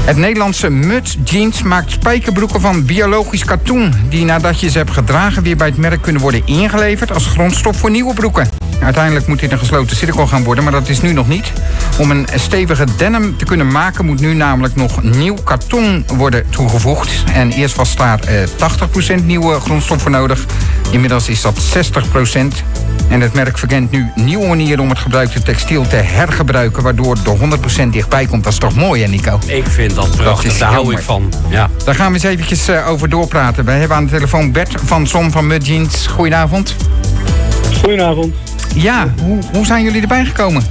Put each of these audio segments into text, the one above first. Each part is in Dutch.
Het Nederlandse Mud Jeans maakt spijkerbroeken van biologisch katoen, die nadat je ze hebt gedragen weer bij het merk kunnen worden ingeleverd als grondstof voor nieuwe broeken. Uiteindelijk moet dit een gesloten cirkel gaan worden, maar dat is nu nog niet. Om een stevige denim te kunnen maken moet nu namelijk nog nieuw karton worden toegevoegd. En eerst was daar 80% nieuwe grondstof voor nodig. Inmiddels is dat 60%. En het merk verkent nu nieuwe manieren om het gebruikte textiel te hergebruiken, waardoor er 100% dichtbij komt. Dat is toch mooi, hè, Nico? Ik vind dat prachtig, daar hou ik van. Ja. Daar gaan we eens eventjes over doorpraten. Wij hebben aan de telefoon Bert van Zon van Mud Jeans. Goedenavond. Goedenavond. Ja, hoe zijn jullie erbij gekomen?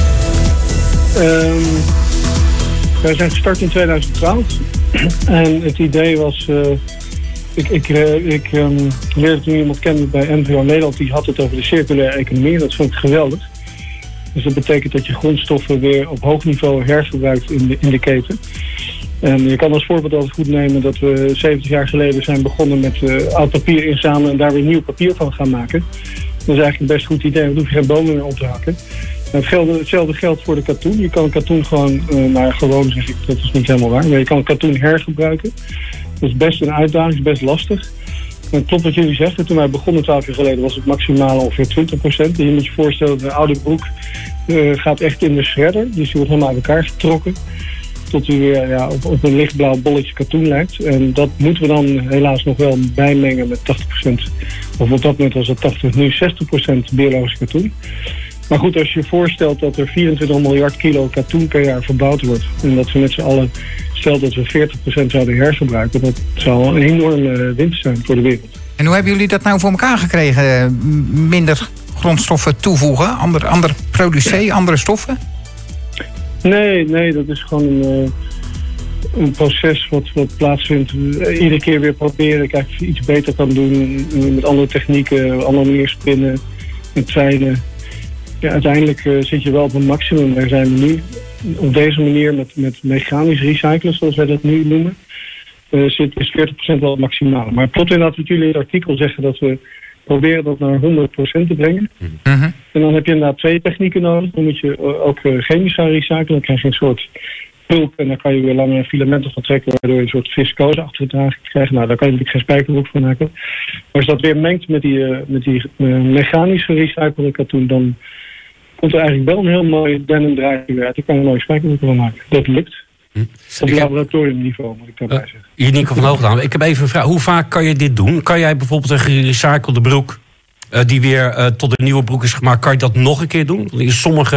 Wij zijn gestart in 2012. En het idee was... Ik leerde toen iemand kennen bij NVO Nederland, die had het over de circulaire economie. En dat vond ik geweldig. Dus dat betekent dat je grondstoffen weer op hoog niveau hergebruikt in de keten. En je kan als voorbeeld altijd goed nemen dat we 70 jaar geleden zijn begonnen met oud papier inzamelen en daar weer nieuw papier van gaan maken. Dat is eigenlijk een best goed idee, want dan hoef je geen bomen meer op te hakken. Hetzelfde geldt voor de katoen. Je kan katoen gewoon, gewoon zeg ik, dat is niet helemaal waar, maar je kan katoen hergebruiken. Dat is best een uitdaging, is best lastig. En klopt wat jullie zeggen, toen wij begonnen 12 jaar geleden was het maximaal ongeveer 20%. En je moet je voorstellen, de oude broek gaat echt in de shredder. Dus die wordt helemaal uit elkaar getrokken. Tot hij weer op een lichtblauw bolletje katoen lijkt. En dat moeten we dan helaas nog wel bijmengen met 80%. Of op dat moment was het 80, nu 60% biologisch katoen. Maar goed, als je je voorstelt dat er 24 miljard kilo katoen per jaar verbouwd wordt. En dat we met z'n allen, stel dat we 40% zouden hergebruiken. Dat zou een enorme winst zijn voor de wereld. En hoe hebben jullie dat nou voor elkaar gekregen? Minder grondstoffen toevoegen? Ander producé, andere stoffen? Nee, dat is gewoon een proces wat plaatsvindt. Iedere keer weer proberen, kijken of je iets beter kan doen. Met andere technieken, andere manier spinnen, met treinen. Ja, uiteindelijk zit je wel op een maximum. Daar zijn we nu op deze manier met mechanisch recyclen, zoals wij dat nu noemen, is 40% wel het maximale. Maar klopt inderdaad wat jullie in het artikel zeggen, dat we proberen dat naar 100% te brengen. Mm-hmm. En dan heb je inderdaad 2 technieken nodig. Dan moet je ook chemisch gaan recyclen. Dan krijg je een soort pulp en dan kan je weer lange filamenten van trekken, waardoor je een soort viscose-achtige draging krijgt. Nou, daar kan je natuurlijk geen spijkerbroek van maken. Maar als dat weer mengt met die mechanisch gerecyclede katoen, dan komt er eigenlijk wel een heel mooi denim draadje weer uit. Daar kan je een mooie spijkerbroek van maken. Dat lukt. Op laboratoriumniveau, moet ik daarbij zeggen. Nico van Hoogdaan, ik heb even een vraag. Hoe vaak kan je dit doen? Kan jij bijvoorbeeld een gerecyclede broek, die weer tot een nieuwe broek is gemaakt, kan je dat nog een keer doen? In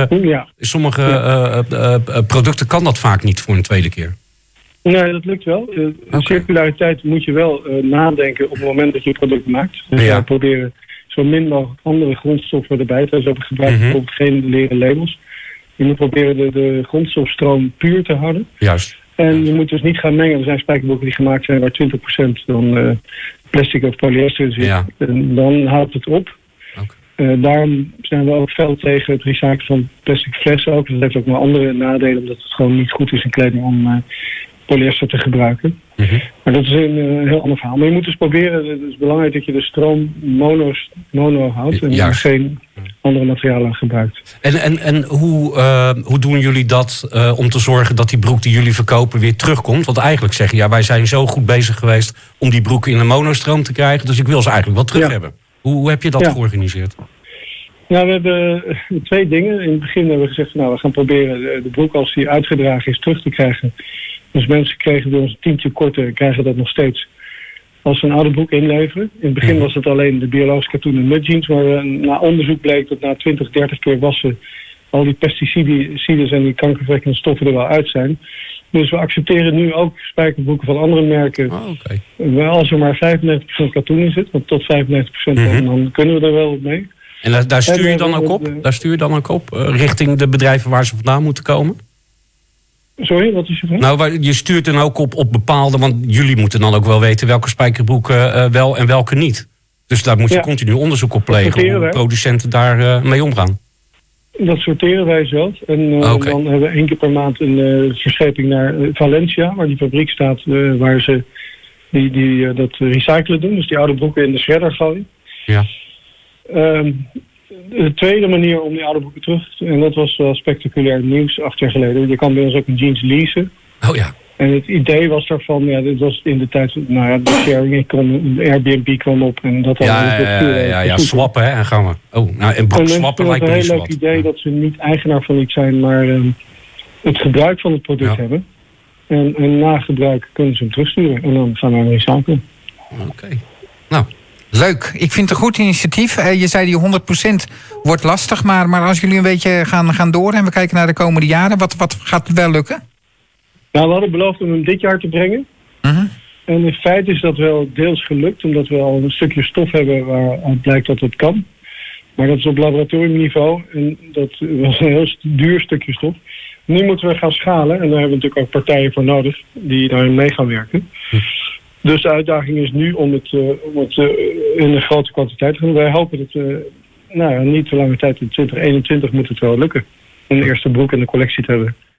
sommige producten kan dat vaak niet voor een tweede keer. Nee, dat lukt wel. Circulariteit moet je wel nadenken op het moment dat je het product maakt. Dus we proberen zo min mogelijk andere grondstoffen erbij te hebben. We gebruiken bijvoorbeeld geen leren labels. Je moet proberen de grondstofstroom puur te houden. Juist. En je moet dus niet gaan mengen. Er zijn spijkerbroeken die gemaakt zijn waar 20% dan plastic of polyester in zit. Ja. En dan houdt het op. Okay. Daarom zijn we ook fel tegen het recyclen van plastic flessen ook. Dat heeft ook maar andere nadelen, omdat het gewoon niet goed is in kleding om polyester te gebruiken. Mm-hmm. Maar dat is een heel ander verhaal. Maar je moet dus proberen, het is belangrijk dat je de stroom mono houdt en geen andere materialen gebruikt. En hoe doen jullie dat om te zorgen dat die broek die jullie verkopen weer terugkomt? Want eigenlijk zeggen, ja, wij zijn zo goed bezig geweest om die broeken in een monostroom te krijgen, dus ik wil ze eigenlijk wel terug hebben. Hoe heb je dat georganiseerd? Nou, we hebben 2 dingen. In het begin hebben we gezegd, we gaan proberen de broek als die uitgedragen is terug te krijgen. Dus mensen kregen door ons een tientje korter, krijgen dat nog steeds als ze een oude broek inleveren. In het begin was het alleen de biologische katoen en mud jeans, maar na onderzoek bleek dat na 20, 30 keer wassen al die pesticiden en die kankerverwekkende stoffen er wel uit zijn. Dus we accepteren nu ook spijkerbroeken van andere merken. Als er maar 95% katoen in zit, want tot 95% dan kunnen we er wel mee. En daar stuur je dan ook op? Daar stuur je dan ook op richting de bedrijven waar ze vandaan moeten komen? Sorry, wat is je vraag? Nou, je stuurt dan ook op bepaalde, want jullie moeten dan ook wel weten welke spijkerbroeken wel en welke niet. Dus daar moet je continu onderzoek op plegen hoe producenten daar mee omgaan. Dat sorteren wij zelf. En dan hebben we 1 keer per maand een verscheping naar Valencia, waar die fabriek staat, waar ze dat recyclen doen. Dus die oude broeken in de shredder gooien. Ja. De tweede manier om die oude broeken terug te... En dat was wel spectaculair nieuws 8 jaar geleden. Je kan bij ons ook een jeans leasen. Oh ja. En het idee was daarvan, dit was in de tijd, de sharing, de Airbnb kwam op en dat Ja, swappen, hè, en gaan we. En broek swappen lijkt me niet zo wat. Het is een heel leuk idee dat ze niet eigenaar van iets zijn, maar het gebruik van het product hebben. En na gebruik kunnen ze hem terugsturen en dan gaan we hem recyclen. Oké. Nou. Leuk. Ik vind het een goed initiatief. Je zei die 100% wordt lastig, maar als jullie een beetje gaan door en we kijken naar de komende jaren, wat gaat wel lukken? Nou, we hadden beloofd om hem dit jaar te brengen. Uh-huh. En in feite is dat wel deels gelukt, omdat we al een stukje stof hebben waaruit blijkt dat het kan. Maar dat is op laboratoriumniveau en dat was een heel duur stukje stof. Nu moeten we gaan schalen en daar hebben we natuurlijk ook partijen voor nodig die daarin mee gaan werken. Dus de uitdaging is nu om het in een grote kwantiteit te doen. Wij hopen dat niet te lange tijd, in 2021 moet het wel lukken. Om de eerste broek in de collectie te hebben.